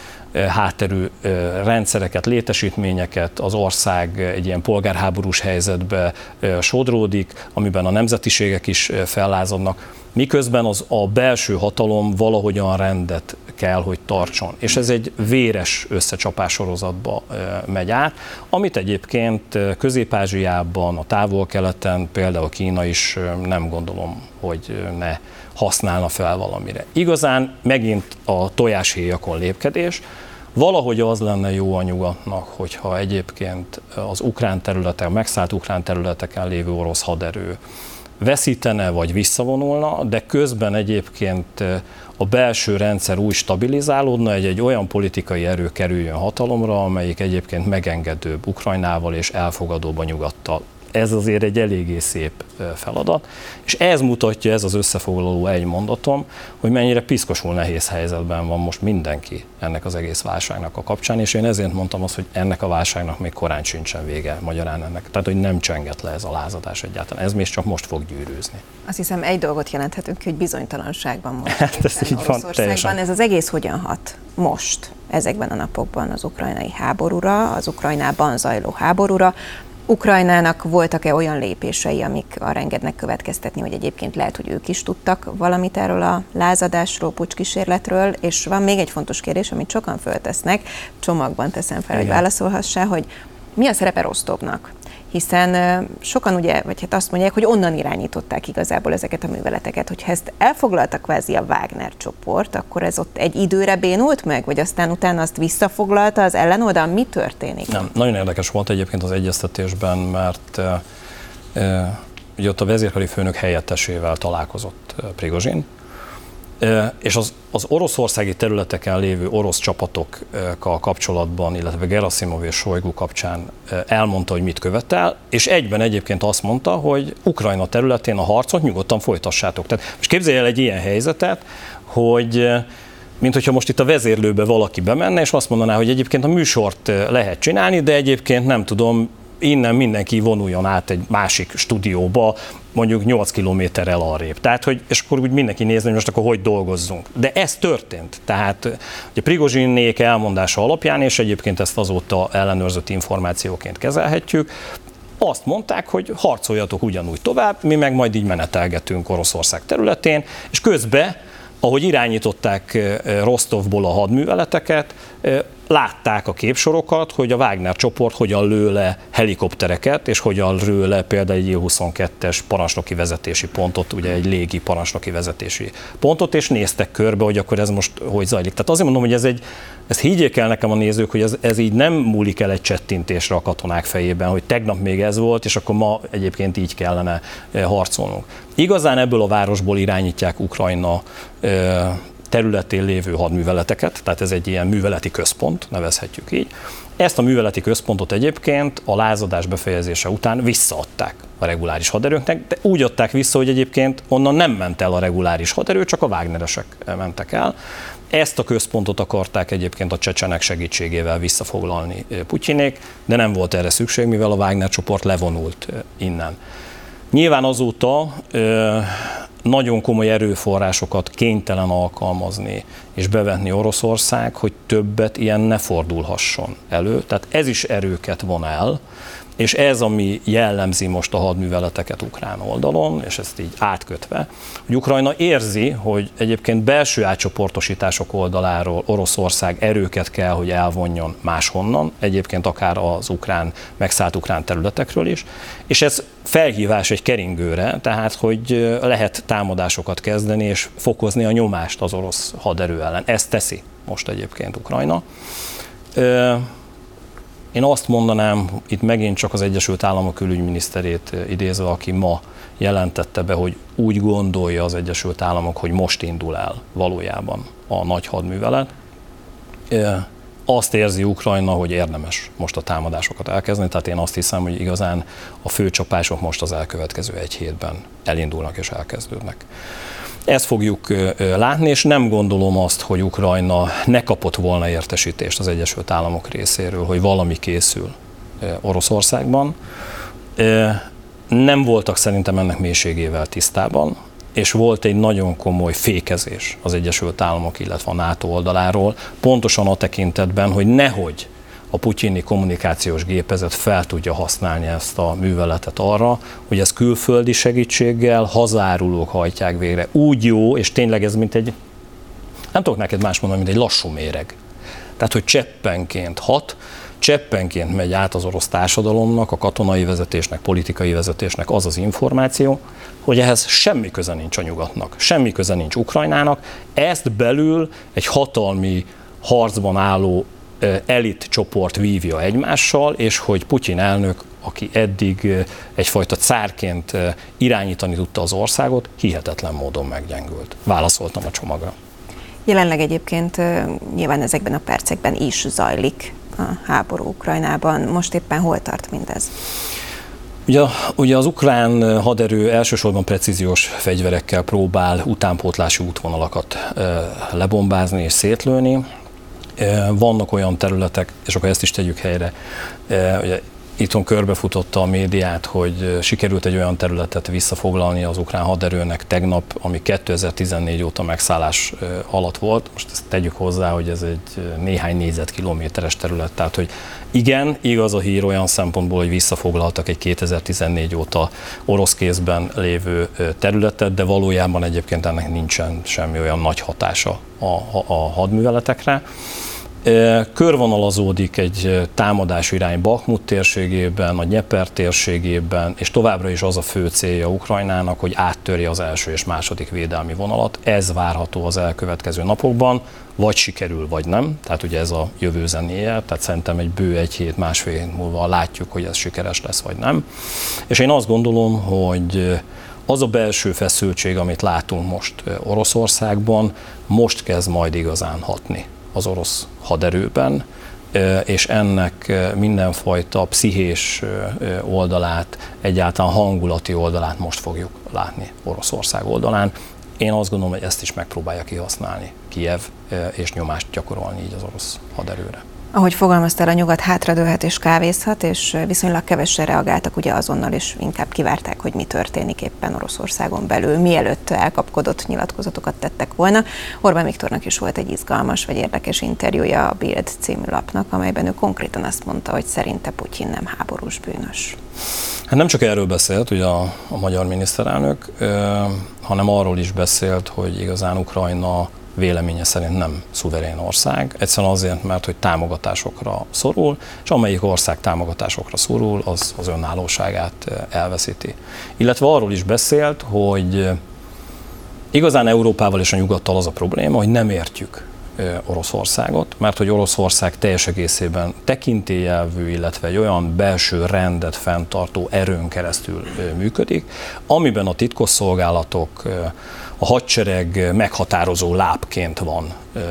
S2: hátterű rendszereket, létesítményeket, az ország egy ilyen polgárháborús helyzetbe sodródik, amiben a nemzetiségek is fellázadnak, miközben az a belső hatalom valahogyan rendet kell, hogy tartson. És ez egy véres összecsapás sorozatba megy át, amit egyébként Közép-Ázsiában, a Távol-Keleten, például Kína is nem gondolom, hogy ne használna fel valamire. Igazán megint a tojáshéjakon lépkedés. Valahogy az lenne jó a nyugatnak, hogyha egyébként az ukrán területek, megszállt ukrán területeken lévő orosz haderő veszítene vagy visszavonulna, de közben egyébként a belső rendszer úgy stabilizálódna, egy, egy olyan politikai erő kerüljön hatalomra, amelyik egyébként megengedőbb Ukrajnával és elfogadóbb a nyugattal. ez azért egy eléggé szép feladat, és ez mutatja, ez az összefoglaló egy mondatom, hogy mennyire piszkosul nehéz helyzetben van most mindenki ennek az egész válságnak a kapcsán, és én ezért mondtam azt, hogy ennek a válságnak még korán sincsen vége, magyarán ennek. Tehát, hogy nem csengett le ez a lázadás egyáltalán, ez még csak most fog gyűrűzni.
S1: Azt hiszem, egy dolgot jelenthetünk, hogy bizonytalanságban most.
S2: Hát ez így van, teljesen.
S1: Ez az egész hogyan hat most, ezekben a napokban az ukrajnai háborúra, az Ukrajnában zajló háborúra? Ukrajnának voltak-e olyan lépései, amik arra engednek következtetni, hogy egyébként lehet, hogy ők is tudtak valamit erről a lázadásról, pucskísérletről, és van még egy fontos kérdés, amit sokan föltesznek, csomagban teszem fel, Igen. hogy válaszolhassá, hogy mi a szerepe Rostovnak? Hiszen sokan ugye, vagy hát azt mondják, hogy onnan irányították igazából ezeket a műveleteket. Hogyha ezt elfoglalta kvázi a Wagner csoport, akkor ez ott egy időre bénult meg, vagy aztán utána azt visszafoglalta az ellenoldal? Mi történik?
S2: Nem, nagyon érdekes volt egyébként az egyeztetésben, mert e, e, ugye ott a vezérkari főnök helyettesével találkozott Prigozsin, e, és az, az oroszországi területeken lévő orosz csapatokkal kapcsolatban, illetve Gerasimov és Shoigu kapcsán elmondta, hogy mit követel, és egyben egyébként azt mondta, hogy Ukrajna területén a harcot nyugodtan folytassátok. Tehát most képzelj el egy ilyen helyzetet, hogy mint hogyha most itt a vezérlőbe valaki bemenne, és azt mondaná, hogy egyébként a műsort lehet csinálni, de egyébként nem tudom, innen mindenki vonuljon át egy másik stúdióba, mondjuk nyolc kilométerrel arrébb. Tehát, hogy, és akkor úgy mindenki nézni, hogy most akkor hogy dolgozzunk. De ez történt. Tehát ugye Prigozsinnék elmondása alapján, és egyébként ezt azóta ellenőrzött információként kezelhetjük, azt mondták, hogy harcoljatok ugyanúgy tovább, mi meg majd így menetelgetünk Oroszország területén, és közben, ahogy irányították Rostovból a hadműveleteket, látták a képsorokat, hogy a Wagner csoport hogyan lő le helikoptereket, és hogyan lő le például egy I huszonkettes parancsnoki vezetési pontot, ugye egy légi parancsnoki vezetési pontot, és néztek körbe, hogy akkor ez most hogy zajlik. Tehát azért mondom, hogy ez egy, ezt higgyék el nekem a nézők, hogy ez, ez így nem múlik el egy csettintésre a katonák fejében, hogy tegnap még ez volt, és akkor ma egyébként így kellene harcolnunk. Igazán ebből a városból irányítják Ukrajna területén lévő hadműveleteket, tehát ez egy ilyen műveleti központ, nevezhetjük így. Ezt a műveleti központot egyébként a lázadás befejezése után visszaadták a reguláris haderőknek, de úgy adták vissza, hogy egyébként onnan nem ment el a reguláris haderő, csak a Wagneresek mentek el. Ezt a központot akarták egyébként a csecsenek segítségével visszafoglalni Putyinék, de nem volt erre szükség, mivel a Wagner csoport levonult innen. Nyilván azóta nagyon komoly erőforrásokat kénytelen alkalmazni és bevetni Oroszország, hogy többet ilyen ne fordulhasson elő. Tehát ez is erőket von el, és ez, ami jellemzi most a hadműveleteket ukrán oldalon, és ezt így átkötve, hogy Ukrajna érzi, hogy egyébként belső átcsoportosítások oldaláról Oroszország erőket kell, hogy elvonjon máshonnan, egyébként akár az ukrán, megszállt ukrán területekről is, és ez felhívás egy keringőre, tehát hogy lehet támadásokat kezdeni és fokozni a nyomást az orosz haderő ellen. Ezt teszi most egyébként Ukrajna. Én azt mondanám, itt megint csak az Egyesült Államok külügyminiszterét idézve, aki ma jelentette be, hogy úgy gondolja az Egyesült Államok, hogy most indul el valójában a nagy hadművelet. Azt érzi Ukrajna, hogy érdemes most a támadásokat elkezdeni, tehát én azt hiszem, hogy igazán a főcsapások most az elkövetkező egy hétben elindulnak és elkezdődnek. Ezt fogjuk látni, és nem gondolom azt, hogy Ukrajna ne kapott volna értesítést az Egyesült Államok részéről, hogy valami készül Oroszországban. Nem voltak szerintem ennek mélységével tisztában, és volt egy nagyon komoly fékezés az Egyesült Államok, illetve a NATO oldaláról, pontosan a tekintetben, hogy nehogy a putyini kommunikációs gépezet fel tudja használni ezt a műveletet arra, hogy ez külföldi segítséggel hazárulók hajtják végre. Úgy jó, és tényleg ez mint egy, nem tudok neked más mondani, mint egy lassú méreg. Tehát, hogy cseppenként hat, cseppenként megy át az orosz társadalomnak, a katonai vezetésnek, politikai vezetésnek az az információ, hogy ehhez semmi köze nincs a nyugatnak, semmi köze nincs Ukrajnának, ezt belül egy hatalmi harcban álló elit csoport vívja egymással, és hogy Putyin elnök, aki eddig egyfajta cárként irányítani tudta az országot, hihetetlen módon meggyengült. Válaszoltam a csomagra.
S1: Jelenleg egyébként nyilván ezekben a percekben is zajlik a háború Ukrajnában. Most éppen hol tart mindez?
S2: Ugye, ugye az ukrán haderő elsősorban precíziós fegyverekkel próbál utánpótlási útvonalakat lebombázni és szétlőni. Vannak olyan területek, és akkor ezt is tegyük helyre, ugye itthon körbefutotta a médiát, hogy sikerült egy olyan területet visszafoglalni az ukrán haderőnek tegnap, ami kétezer-tizennégy óta megszállás alatt volt. Most ezt tegyük hozzá, hogy ez egy néhány négyzetkilométeres terület, tehát hogy igen, igaz a hír olyan szempontból, hogy visszafoglaltak egy kétezer-tizennégy óta orosz kézben lévő területet, de valójában egyébként ennek nincsen semmi olyan nagy hatása a, a hadműveletekre. Körvonalazódik egy támadás irány Bakhmut térségében, a Dnyeper térségében, és továbbra is az a fő célja Ukrajnának, hogy áttörje az első és második védelmi vonalat. Ez várható az elkövetkező napokban, vagy sikerül, vagy nem. Tehát ugye ez a jövő zenéje, tehát szerintem egy bő egy hét, másfél hét múlva látjuk, hogy ez sikeres lesz, vagy nem. És én azt gondolom, hogy az a belső feszültség, amit látunk most Oroszországban, most kezd majd igazán hatni az orosz haderőben, és ennek mindenfajta pszichés oldalát, egyáltalán hangulati oldalát most fogjuk látni Oroszország oldalán. Én azt gondolom, hogy ezt is megpróbálja kihasználni Kijev, és nyomást gyakorolni így az orosz haderőre.
S1: Ahogy fogalmaztál, a nyugat hátradőlhet és kávézhat, és viszonylag kevesen reagáltak ugye azonnal, és inkább kivárták, hogy mi történik éppen Oroszországon belül, mielőtt elkapkodott nyilatkozatokat tettek volna. Orbán Viktornak is volt egy izgalmas vagy érdekes interjúja a Bild című lapnak, amelyben ő konkrétan azt mondta, hogy szerinte Putyin nem háborús bűnös.
S2: Hát nem csak erről beszélt ugye a, a magyar miniszterelnök, hanem arról is beszélt, hogy igazán Ukrajna véleménye szerint nem szuverén ország, egyszerűen azért, mert hogy támogatásokra szorul, és amelyik ország támogatásokra szorul, az az önállóságát elveszíti. Illetve arról is beszélt, hogy igazán Európával és a nyugattal az a probléma, hogy nem értjük Oroszországot, mert hogy Oroszország teljes egészében tekintélyelvű, illetve egy olyan belső rendet fenntartó erőn keresztül működik, amiben a titkosszolgálatok, a hadsereg meghatározó lábként van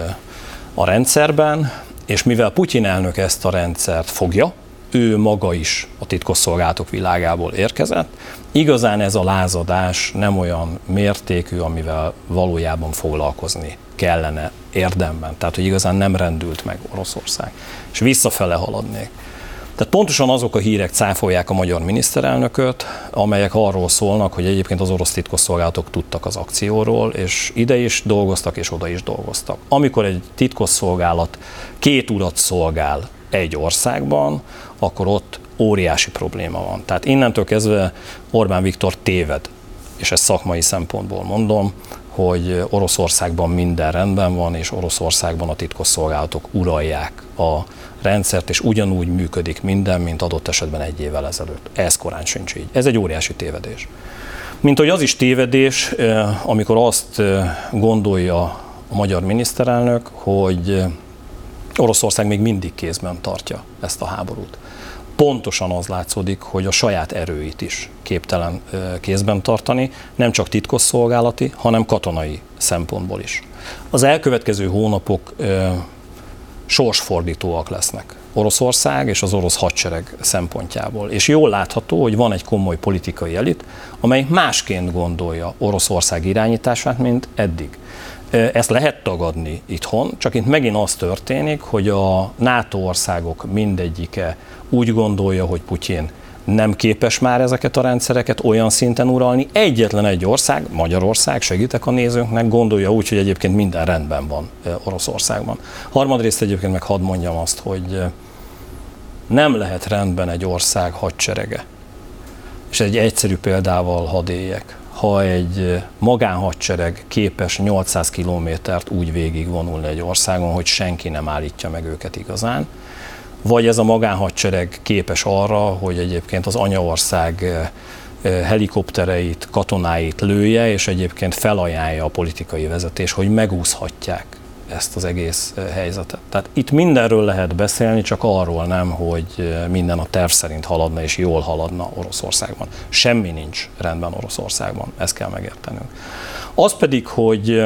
S2: a rendszerben, és mivel Putyin elnök ezt a rendszert fogja, ő maga is a titkosszolgálatok világából érkezett, igazán ez a lázadás nem olyan mértékű, amivel valójában foglalkozni kellene érdemben. Tehát, hogy igazán nem rendült meg Oroszország, és visszafele haladnék. Tehát pontosan azok a hírek cáfolják a magyar miniszterelnököt, amelyek arról szólnak, hogy egyébként az orosz titkosszolgálatok tudtak az akcióról, és ide is dolgoztak, és oda is dolgoztak. Amikor egy titkosszolgálat két urat szolgál egy országban, akkor ott óriási probléma van. Tehát innentől kezdve Orbán Viktor téved, és ezt szakmai szempontból mondom, hogy Oroszországban minden rendben van, és Oroszországban a titkosszolgálatok uralják a rendszert, és ugyanúgy működik minden, mint adott esetben egy évvel ezelőtt. Ez korán sincs így. Ez egy óriási tévedés. Mint hogy az is tévedés, amikor azt gondolja a magyar miniszterelnök, hogy Oroszország még mindig kézben tartja ezt a háborút. Pontosan az látszódik, hogy a saját erőit is képtelen kézben tartani, nem csak titkosszolgálati, hanem katonai szempontból is. Az elkövetkező hónapok sorsfordítóak lesznek Oroszország és az orosz hadsereg szempontjából. És jól látható, hogy van egy komoly politikai elit, amely másként gondolja Oroszország irányítását, mint eddig. Ezt lehet tagadni itthon, csak itt megint az történik, hogy a NATO országok mindegyike úgy gondolja, hogy Putyin nem képes már ezeket a rendszereket olyan szinten uralni. Egyetlen egy ország, Magyarország, segítek a nézőknek, gondolja úgy, hogy egyébként minden rendben van Oroszországban. Harmadrészt egyébként meg hadd mondjam azt, hogy nem lehet rendben egy ország hadserege. És egy egyszerű példával hadd éljek. Ha egy magánhadsereg képes nyolcszáz kilométert úgy végigvonulni egy országon, hogy senki nem állítja meg őket igazán, vagy ez a magánhadsereg képes arra, hogy egyébként az anyaország helikoptereit, katonáit lője, és egyébként felajánlja a politikai vezetés, hogy megúszhatják ezt az egész helyzetet. Tehát itt mindenről lehet beszélni, csak arról nem, hogy minden a terv szerint haladna és jól haladna Oroszországban. Semmi nincs rendben Oroszországban, ezt kell megértenünk. Az pedig, hogy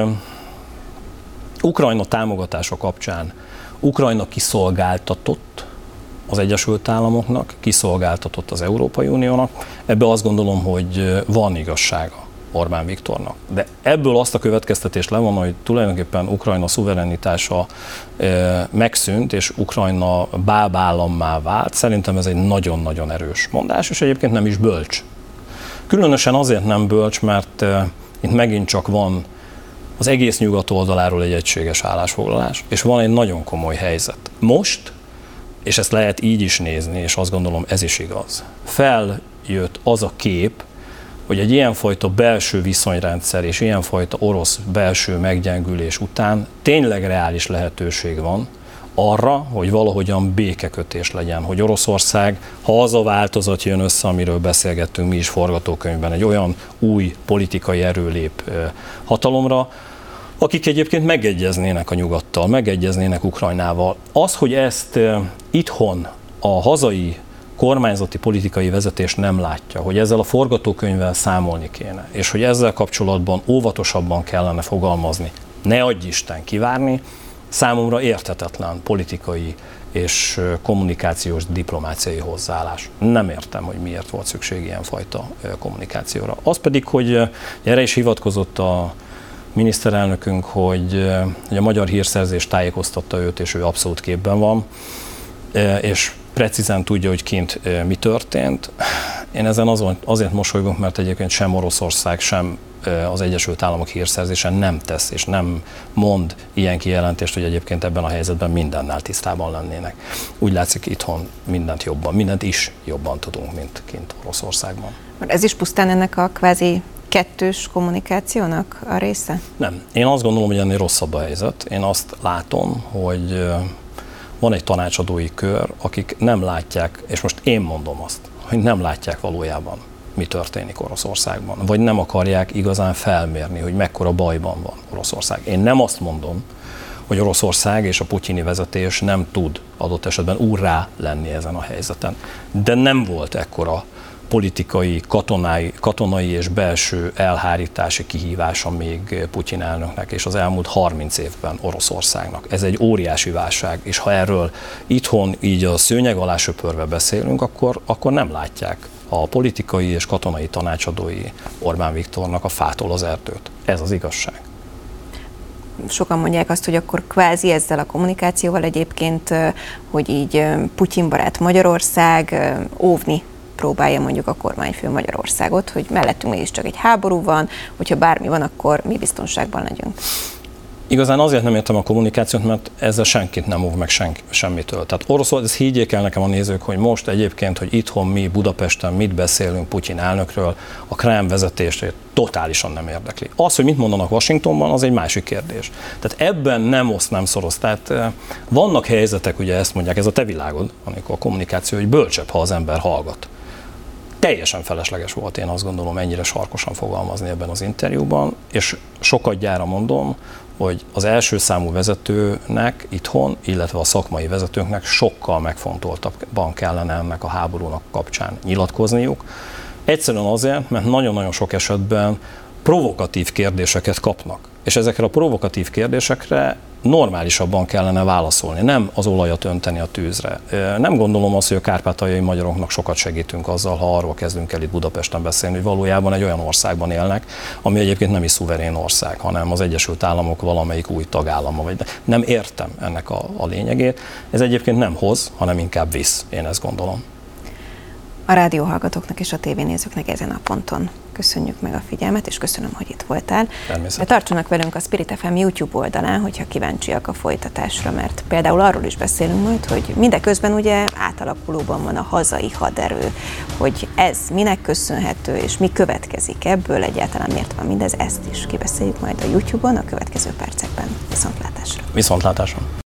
S2: Ukrajna támogatása kapcsán Ukrajna kiszolgáltatott az Egyesült Államoknak, kiszolgáltatott az Európai Uniónak. Ebbe azt gondolom, hogy van igazsága Orbán Viktornak. De ebből azt a következtetést levon, hogy tulajdonképpen Ukrajna szuverenitása e, megszűnt, és Ukrajna bábállammá vált. Szerintem ez egy nagyon-nagyon erős mondás, és egyébként nem is bölcs. Különösen azért nem bölcs, mert e, itt megint csak van az egész nyugat oldaláról egy egységes állásfoglalás, és van egy nagyon komoly helyzet. Most, és ezt lehet így is nézni, és azt gondolom ez is igaz, feljött az a kép, hogy egy ilyenfajta belső viszonyrendszer és ilyenfajta orosz belső meggyengülés után tényleg reális lehetőség van arra, hogy valahogyan békekötés legyen, hogy Oroszország, ha az a változat jön össze, amiről beszélgettünk mi is forgatókönyvben, egy olyan új politikai erő lép hatalomra, akik egyébként megegyeznének a nyugattal, megegyeznének Ukrajnával. Az, hogy ezt itthon a hazai kormányzati politikai vezetés nem látja, hogy ezzel a forgatókönyvvel számolni kéne, és hogy ezzel kapcsolatban óvatosabban kellene fogalmazni, ne adj Isten kivárni, számomra érthetetlen politikai és kommunikációs, diplomáciai hozzáállás. Nem értem, hogy miért volt szükség ilyenfajta kommunikációra. Az pedig, hogy erre is hivatkozott a miniszterelnökünk, hogy, hogy a magyar hírszerzés tájékoztatta őt, és ő abszolút képben van, és precízen tudja, hogy kint mi történt. Én ezen azon, azért mosolygok, mert egyébként sem Oroszország, sem az Egyesült Államok hírszerzése nem tesz és nem mond ilyen kijelentést, hogy egyébként ebben a helyzetben mindennel tisztában lennének. Úgy látszik, itthon mindent jobban, mindent is jobban tudunk, mint kint Oroszországban.
S1: Ez is pusztán ennek a kvázi kettős kommunikációnak a része?
S2: Nem. Én azt gondolom, hogy ennél rosszabb a helyzet. Én azt látom, hogy van egy tanácsadói kör, akik nem látják, és most én mondom azt, hogy nem látják valójában, mi történik Oroszországban, vagy nem akarják igazán felmérni, hogy mekkora bajban van Oroszország. Én nem azt mondom, hogy Oroszország és a putyini vezetés nem tud adott esetben úrrá lenni ezen a helyzeten, de nem volt ekkora politikai, katonai, katonai és belső elhárítási kihívása még Putyin elnöknek és az elmúlt harminc évben Oroszországnak. Ez egy óriási válság, és ha erről itthon így a szőnyeg alá söpörve beszélünk, akkor, akkor nem látják a politikai és katonai tanácsadói Orbán Viktornak a fától az erdőt. Ez az igazság.
S1: Sokan mondják azt, hogy akkor kvázi ezzel a kommunikációval egyébként, hogy így Putyin barát Magyarország óvni próbálja mondjuk a kormányfő Magyarországot, hogy mellettünk mégiscsak egy háború van, hogyha bármi van, akkor mi biztonságban legyünk.
S2: Igazán azért nem értem a kommunikációt, mert ezzel senkit nem óv meg senki, semmitől. Tehát Oroszország, ezt higgyék el nekem a nézők, hogy most egyébként, hogy itthon mi Budapesten mit beszélünk Putyin elnökről, a Kreml vezetését totálisan nem érdekli. Az, hogy mit mondanak Washingtonban, az egy másik kérdés. Tehát ebben nem oszt, nem szoroz. Tehát vannak helyzetek, ugye ezt mondják, ez a te világod, amikor a kommunikáció, hogy bölcsebb, ha az ember hallgat. Teljesen felesleges volt, én azt gondolom, ennyire sarkosan fogalmazni ebben az interjúban, és sokat gyára mondom, hogy az első számú vezetőnek itthon, illetve a szakmai vezetőknek sokkal megfontoltabban kellene ennek a háborúnak kapcsán nyilatkozniuk. Egyszerűen azért, mert nagyon-nagyon sok esetben provokatív kérdéseket kapnak. És ezekre a provokatív kérdésekre normálisabban kellene válaszolni, nem az olajat önteni a tűzre. Nem gondolom azt, hogy a kárpátaljai magyaroknak sokat segítünk azzal, ha arról kezdünk el itt Budapesten beszélni, hogy valójában egy olyan országban élnek, ami egyébként nem is szuverén ország, hanem az Egyesült Államok valamelyik új tagállama. Vagy nem értem ennek a, a lényegét. Ez egyébként nem hoz, hanem inkább visz, én ezt gondolom.
S1: A rádióhallgatóknak és a tévénézőknek ezen a ponton köszönjük meg a figyelmet, és köszönöm, hogy itt voltál. De tartsanak velünk a Spirit ef em YouTube oldalán, hogyha kíváncsiak a folytatásra, mert például arról is beszélünk majd, hogy mindeközben ugye átalakulóban van a hazai haderő, hogy ez minek köszönhető, és mi következik ebből, egyáltalán miért van mindez, ezt is kibeszéljük majd a YouTube-on a következő percekben. Viszontlátásra!
S2: Viszontlátásra!